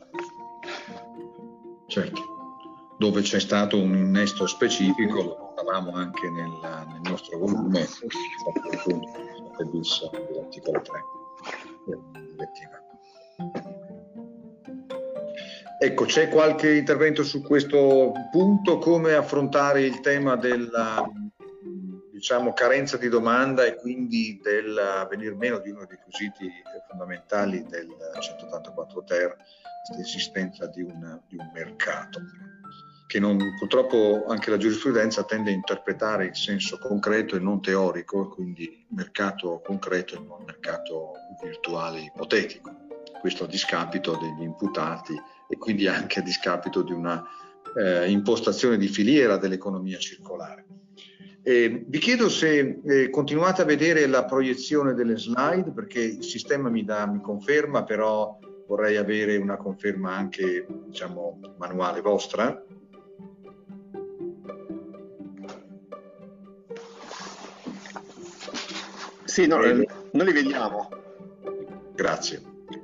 [SPEAKER 1] Certo, dove c'è stato un innesto specifico, lo portavamo anche nel nostro volume, dell'articolo 3 della direttiva. Ecco, c'è qualche intervento su questo punto? Come affrontare il tema della, diciamo, carenza di domanda e quindi del venir meno di uno dei requisiti fondamentali del 184 ter, l'esistenza di un mercato, che purtroppo anche la giurisprudenza tende a interpretare in senso concreto e non teorico, quindi mercato concreto e non mercato virtuale ipotetico. Questo a discapito degli imputati e quindi anche a discapito di una impostazione di filiera dell'economia circolare. Vi chiedo se continuate a vedere la proiezione delle slide, perché il sistema mi conferma, però vorrei avere una conferma anche, diciamo, manuale vostra.
[SPEAKER 4] Sì, no, noi li vediamo.
[SPEAKER 1] Grazie.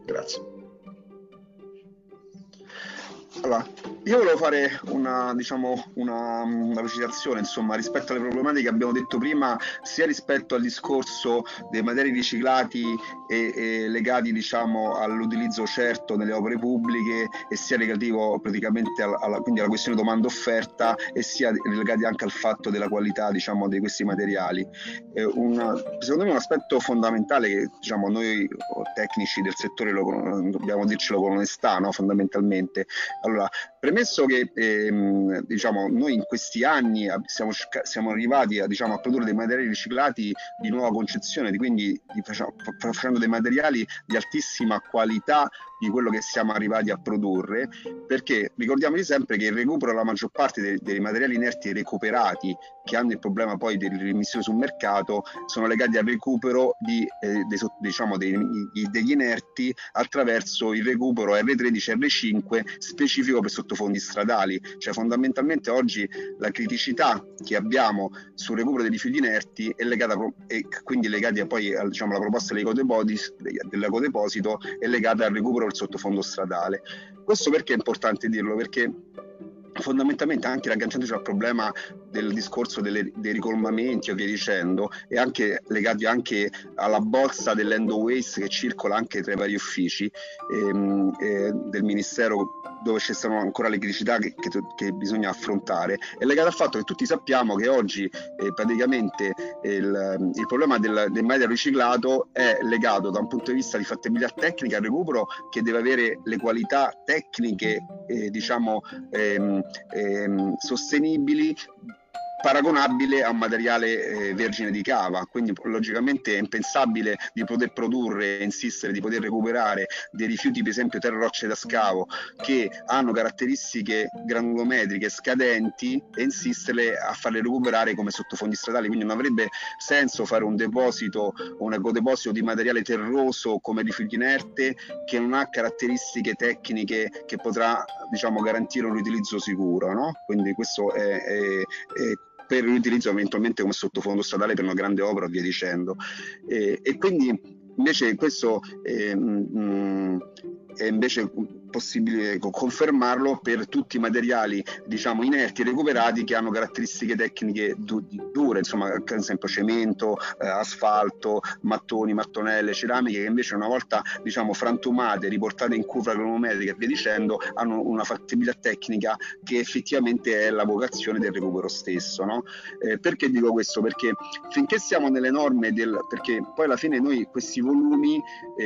[SPEAKER 4] Allora, io volevo fare una precisazione, insomma, rispetto alle problematiche che abbiamo detto prima, sia rispetto al discorso dei materiali riciclati e legati, diciamo, all'utilizzo certo nelle opere pubbliche, e sia relativo praticamente quindi alla questione domanda-offerta, e sia legati anche al fatto della qualità, diciamo, di questi materiali. Secondo me un aspetto fondamentale che, diciamo, noi tecnici del settore dobbiamo dircelo con onestà, no? Fondamentalmente. Allora, Premesso che diciamo, noi in questi anni siamo arrivati a produrre dei materiali riciclati di nuova concezione, quindi facendo dei materiali di altissima qualità di quello che siamo arrivati a produrre, perché ricordiamoci sempre che il recupero, la maggior parte dei materiali inerti recuperati che hanno il problema poi dell'immissione sul mercato sono legati al recupero degli inerti attraverso il recupero R13 e R5 specifico per sottofondi stradali. Cioè fondamentalmente oggi la criticità che abbiamo sul recupero dei rifiuti inerti è legata e quindi legati poi alla proposta dell'ecodeposito è legata al recupero del sottofondo stradale. Questo perché è importante dirlo? Perché fondamentalmente, anche ragganciandoci al problema del discorso dei ricolmamenti e via dicendo, e anche legati anche alla bozza dell'end waste che circola anche tra i vari uffici del Ministero, dove ci sono ancora le criticità che bisogna affrontare, è legato al fatto che tutti sappiamo che oggi praticamente il problema del materiale riciclato è legato da un punto di vista di fattibilità tecnica al recupero, che deve avere le qualità tecniche sostenibili, paragonabile a un materiale vergine di cava. Quindi logicamente è impensabile di poter produrre e insistere di poter recuperare dei rifiuti, per esempio terra rocce da scavo, che hanno caratteristiche granulometriche scadenti, e insistere a farle recuperare come sottofondi stradali. Quindi non avrebbe senso fare un ecodeposito di materiale terroso come rifiuti inerte, che non ha caratteristiche tecniche che potrà garantire un riutilizzo sicuro, no? Quindi questo è per l'utilizzo eventualmente come sottofondo stradale per una grande opera, via dicendo. E quindi invece questo è invece possibile confermarlo per tutti i materiali inerti e recuperati che hanno caratteristiche tecniche dure, insomma, ad esempio cemento, asfalto, mattoni, mattonelle, ceramiche, che invece una volta frantumate, riportate in curva cronometrica e via dicendo, hanno una fattibilità tecnica che effettivamente è la vocazione del recupero stesso, no? Perché dico questo? Perché finché siamo nelle norme perché poi alla fine noi questi volumi,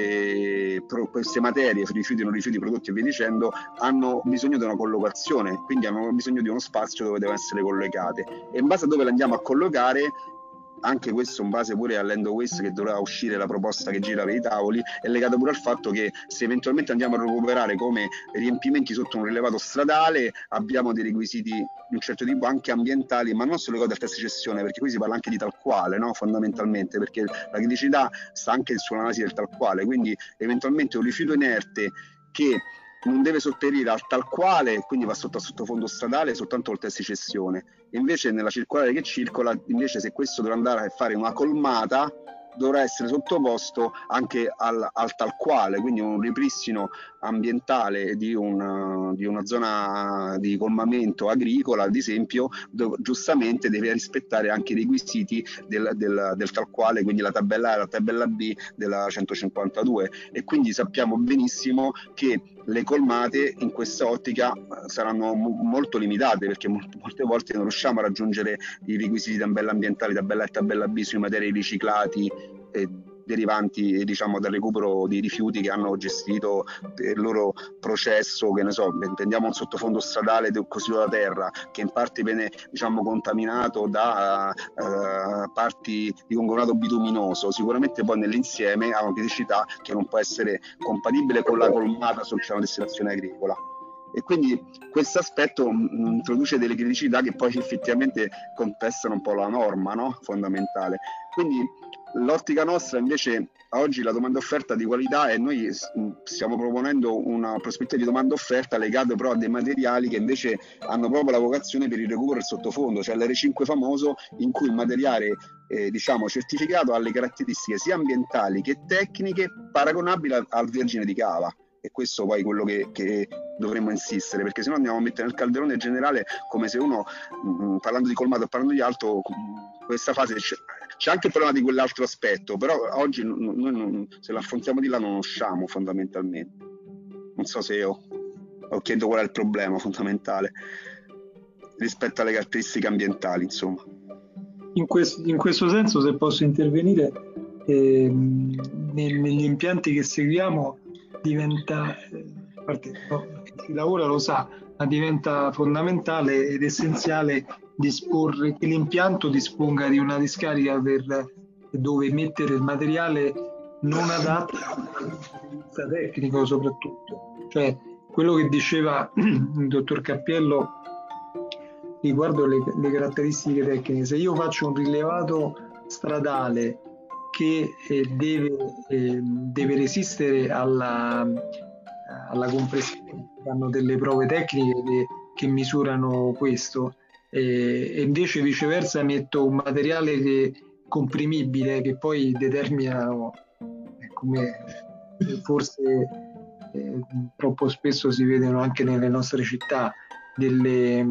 [SPEAKER 4] queste materie, rifiuti, non rifiuti, prodotti e via dicendo, hanno bisogno di una collocazione, quindi hanno bisogno di uno spazio dove devono essere collegate, e in base a dove le andiamo a collocare, anche questo in base pure all'end waste che dovrà uscire, la proposta che gira per i tavoli, è legato pure al fatto che se eventualmente andiamo a recuperare come riempimenti sotto un rilevato stradale, abbiamo dei requisiti di un certo tipo anche ambientali, ma non solo legati al test di cessione, perché qui si parla anche di tal quale, no? Fondamentalmente, perché la criticità sta anche sull'analisi del tal quale. Quindi eventualmente un rifiuto inerte che non deve sopperire al tal quale, quindi va sotto a sottofondo stradale soltanto col test di cessione. Invece nella circolare che circola, invece, se questo dovrà andare a fare una colmata, dovrà essere sottoposto anche al tal quale, quindi un ripristino ambientale di una zona di colmamento agricola, ad esempio, dove giustamente deve rispettare anche i requisiti del tal quale, quindi la tabella A e la tabella B della 152, e quindi sappiamo benissimo che le colmate in questa ottica saranno molto limitate, perché molte volte non riusciamo a raggiungere i requisiti di tabella ambientale, tabella A e tabella B sui materiali riciclati derivanti dal recupero di rifiuti che hanno gestito il loro processo. Che ne so, prendiamo un sottofondo stradale così da terra che in parte viene contaminato da parti di conglomerato bituminoso, sicuramente poi nell'insieme ha una criticità che non può essere compatibile con la colmata sul piano destinazione agricola. E quindi questo aspetto introduce delle criticità che poi effettivamente contestano un po' la norma, no? Fondamentale. Quindi l'ottica nostra invece oggi, la domanda offerta di qualità, e noi stiamo proponendo una prospettiva di domanda offerta legata però a dei materiali che invece hanno proprio la vocazione per il recupero del sottofondo, cioè l'R5 famoso, in cui il materiale certificato ha le caratteristiche sia ambientali che tecniche paragonabili al vergine di cava. E questo poi è quello che dovremmo insistere, perché sennò andiamo a mettere nel calderone generale come se uno, parlando di colmato e parlando di alto, questa fase c'è anche il problema di quell'altro aspetto, però oggi noi se lo affrontiamo di là non usciamo fondamentalmente. Non so se ho chiesto qual è il problema fondamentale rispetto alle caratteristiche ambientali, insomma.
[SPEAKER 3] In questo senso, se posso intervenire, negli impianti che seguiamo diventa, chi lavora lo sa, ma diventa fondamentale ed essenziale disporre che l'impianto disponga di una discarica dove mettere il materiale non adatto al tecnico soprattutto. Cioè, quello che diceva il dottor Cappiello riguardo le caratteristiche tecniche, se io faccio un rilevato stradale che deve resistere alla compressione, hanno delle prove tecniche che misurano questo, e invece viceversa metto un materiale comprimibile che poi determina, come forse troppo spesso si vedono anche nelle nostre città, delle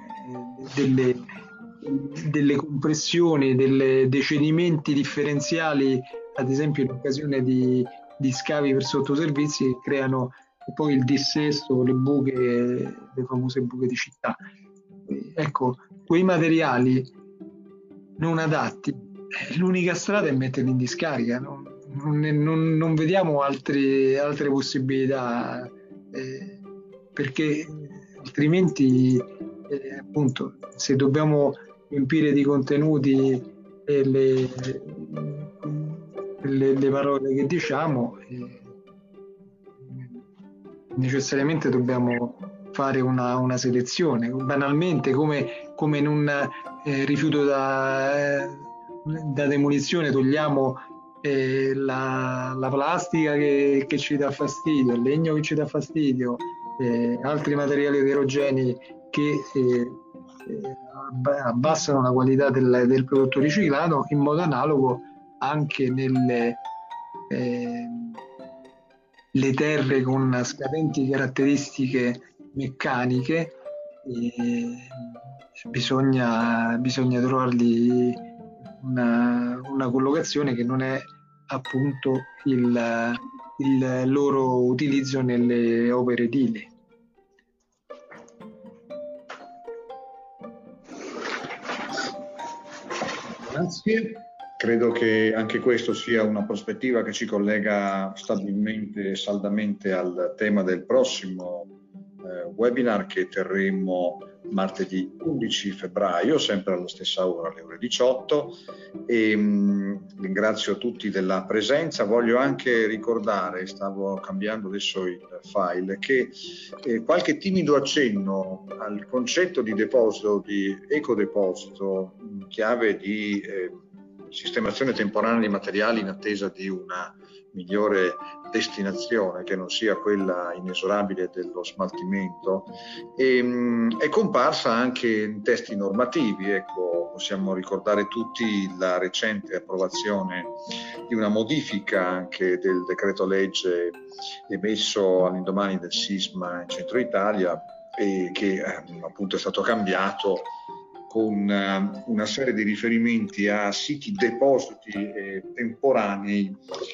[SPEAKER 3] compressioni, dei cedimenti differenziali, ad esempio in occasione di scavi per sottoservizi, che creano poi il dissesto, le buche, le famose buche di città. Ecco, quei materiali non adatti, l'unica strada è metterli in discarica, non vediamo altre possibilità, perché altrimenti appunto, se dobbiamo riempire di contenuti le parole che diciamo, necessariamente dobbiamo fare una selezione, banalmente come in un rifiuto da demolizione togliamo la plastica che ci dà fastidio, il legno che ci dà fastidio, altri materiali eterogenei che abbassano la qualità del prodotto riciclato. In modo analogo anche nelle le terre con scadenti caratteristiche meccaniche, bisogna trovargli una collocazione che non è appunto il loro utilizzo nelle opere edili.
[SPEAKER 1] Grazie. Credo che anche questo sia una prospettiva che ci collega stabilmente e saldamente al tema del prossimo webinar che terremo martedì 11 febbraio, sempre alla stessa ora, alle ore 18. E ringrazio tutti della presenza. Voglio anche ricordare, stavo cambiando adesso il file, che qualche timido accenno al concetto di deposito, di ecodeposito, in chiave di sistemazione temporanea di materiali in attesa di una migliore destinazione che non sia quella inesorabile dello smaltimento, è comparsa anche in testi normativi. Ecco, possiamo ricordare tutti la recente approvazione di una modifica anche del decreto legge emesso all'indomani del sisma in centro Italia, e che appunto è stato cambiato con una serie di riferimenti a siti depositi temporanei,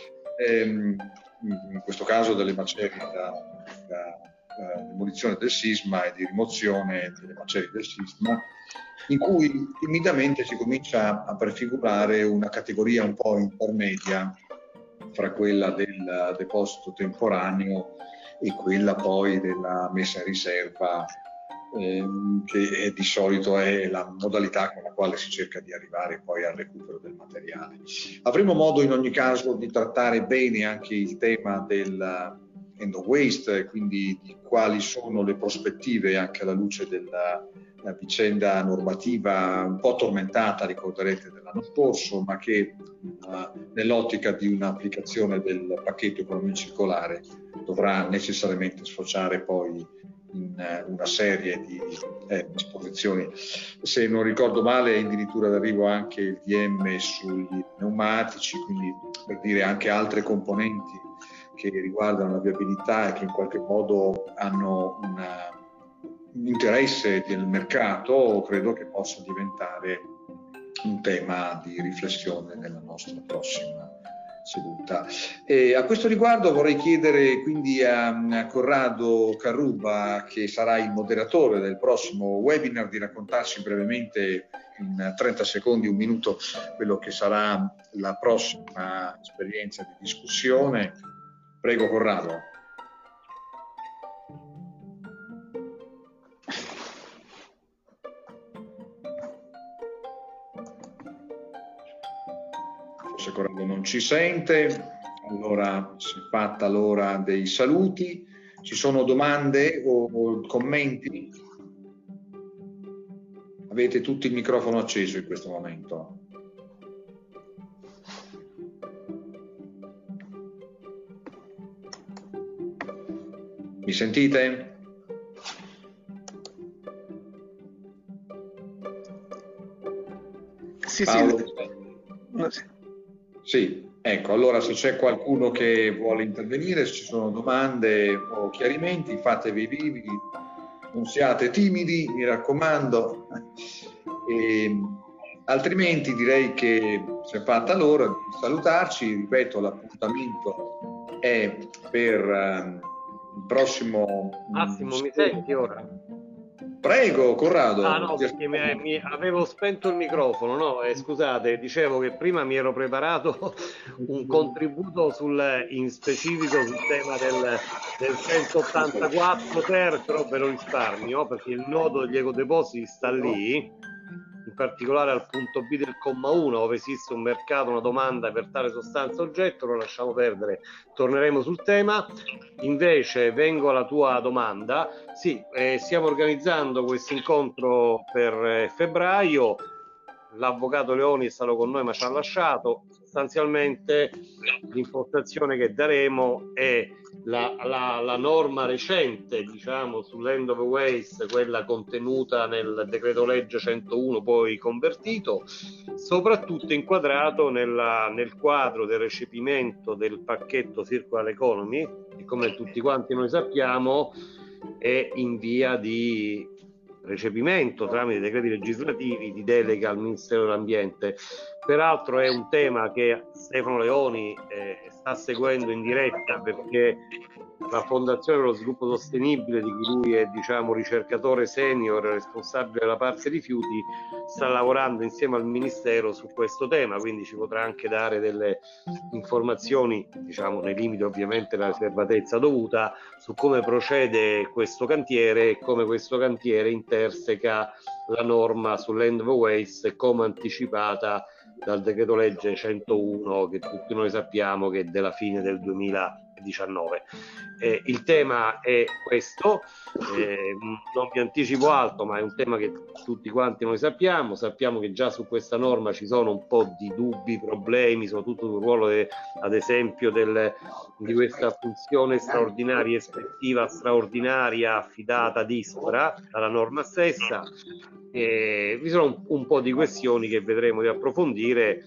[SPEAKER 1] in questo caso delle macerie da demolizione del sisma e di rimozione delle macerie del sisma, in cui timidamente si comincia a prefigurare una categoria un po' intermedia fra quella del deposito temporaneo e quella poi della messa in riserva, che di solito è la modalità con la quale si cerca di arrivare poi al recupero del materiale. Avremo modo in ogni caso di trattare bene anche il tema del end of waste, quindi di quali sono le prospettive anche alla luce della vicenda normativa un po' tormentata, ricorderete, dell'anno scorso, ma che nell'ottica di un'applicazione del pacchetto economia circolare dovrà necessariamente sfociare poi in una serie di disposizioni. Se non ricordo male è addirittura d'arrivo anche il DM sugli pneumatici, quindi per dire anche altre componenti che riguardano la viabilità e che in qualche modo hanno un interesse del mercato. Credo che possa diventare un tema di riflessione nella nostra prossima seduta. E a questo riguardo vorrei chiedere quindi a Corrado Carruba, che sarà il moderatore del prossimo webinar, di raccontarci brevemente in 30 secondi, un minuto, quello che sarà la prossima esperienza di discussione. Prego, Corrado. forse Corrado non ci sente, allora si è fatta l'ora dei saluti. Ci sono domande o commenti? Avete tutti il microfono acceso in questo momento. Mi sentite?
[SPEAKER 4] Sì,
[SPEAKER 1] Paolo?
[SPEAKER 4] sì.
[SPEAKER 1] Sì, ecco, allora se c'è qualcuno che vuole intervenire, se ci sono domande o chiarimenti, fatevi vivi, non siate timidi, mi raccomando. Altrimenti direi che si è fatta l'ora di salutarci. Ripeto, l'appuntamento è per il prossimo...
[SPEAKER 5] Massimo, mi senti ora?
[SPEAKER 1] Prego, Corrado.
[SPEAKER 5] Ah no, perché avevo spento il microfono, no? Scusate, dicevo che prima mi ero preparato un contributo in specifico sul tema del 184 ter, però ve lo risparmio, perché il nodo degli ecodepositi sta lì, in particolare al punto B del comma 1, dove esiste un mercato, una domanda per tale sostanza oggetto. Lo lasciamo perdere, torneremo sul tema. Invece vengo alla tua domanda. Sì, stiamo organizzando questo incontro per febbraio. L'avvocato Leoni è stato con noi ma ci ha lasciato. Sostanzialmente l'impostazione che daremo è la norma recente, diciamo, sull'end of waste, quella contenuta nel decreto legge 101 poi convertito, soprattutto inquadrato nel quadro del recepimento del pacchetto Circular Economy, che come tutti quanti noi sappiamo è in via di recepimento tramite decreti legislativi di delega al Ministero dell'Ambiente. Peraltro è un tema che Stefano Leoni sta seguendo in diretta, perché la Fondazione per lo Sviluppo Sostenibile, di cui lui è, diciamo, ricercatore senior responsabile della parte rifiuti, sta lavorando insieme al Ministero su questo tema, quindi ci potrà anche dare delle informazioni, diciamo, nei limiti ovviamente della riservatezza dovuta, su come procede questo cantiere e come questo cantiere interseca la norma sull'end of waste come anticipata dal decreto legge 101, che tutti noi sappiamo che è della fine del 2019. Il tema è questo, non vi anticipo altro, ma è un tema che tutti quanti noi sappiamo che già su questa norma ci sono un po' di dubbi, problemi, soprattutto sul ruolo ad esempio di questa funzione straordinaria, ispettiva straordinaria affidata ad ISPRA, alla norma stessa. Vi sono un po' di questioni che vedremo di approfondire,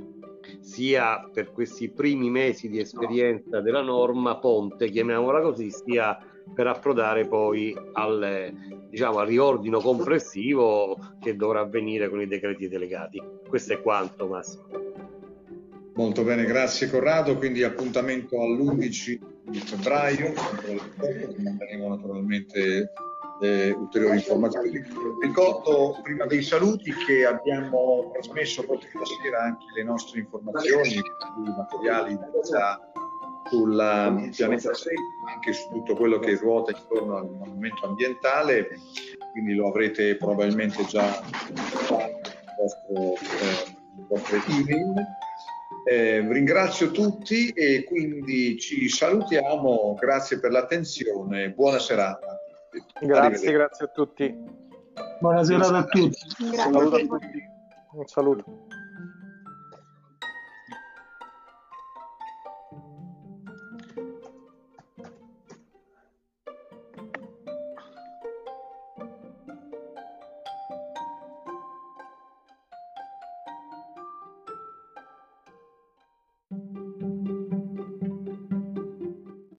[SPEAKER 5] sia per questi primi mesi di esperienza della norma ponte, chiamiamola così, sia per approdare poi al riordino complessivo che dovrà avvenire con i decreti delegati. Questo è quanto, Massimo.
[SPEAKER 1] Molto bene, grazie Corrado. Quindi appuntamento all'11 di febbraio, manderemo naturalmente ulteriori informazioni. Ricordo prima dei saluti che abbiamo trasmesso proprio stasera anche le nostre informazioni sui materiali sul pianeta 6, anche su tutto quello che ruota intorno al movimento ambientale, quindi lo avrete probabilmente già nel vostro email. Ringrazio tutti e quindi ci salutiamo. Grazie per l'attenzione, buona serata.
[SPEAKER 2] Grazie a tutti.
[SPEAKER 3] Buona serata a tutti.
[SPEAKER 2] Un saluto a tutti. Un saluto.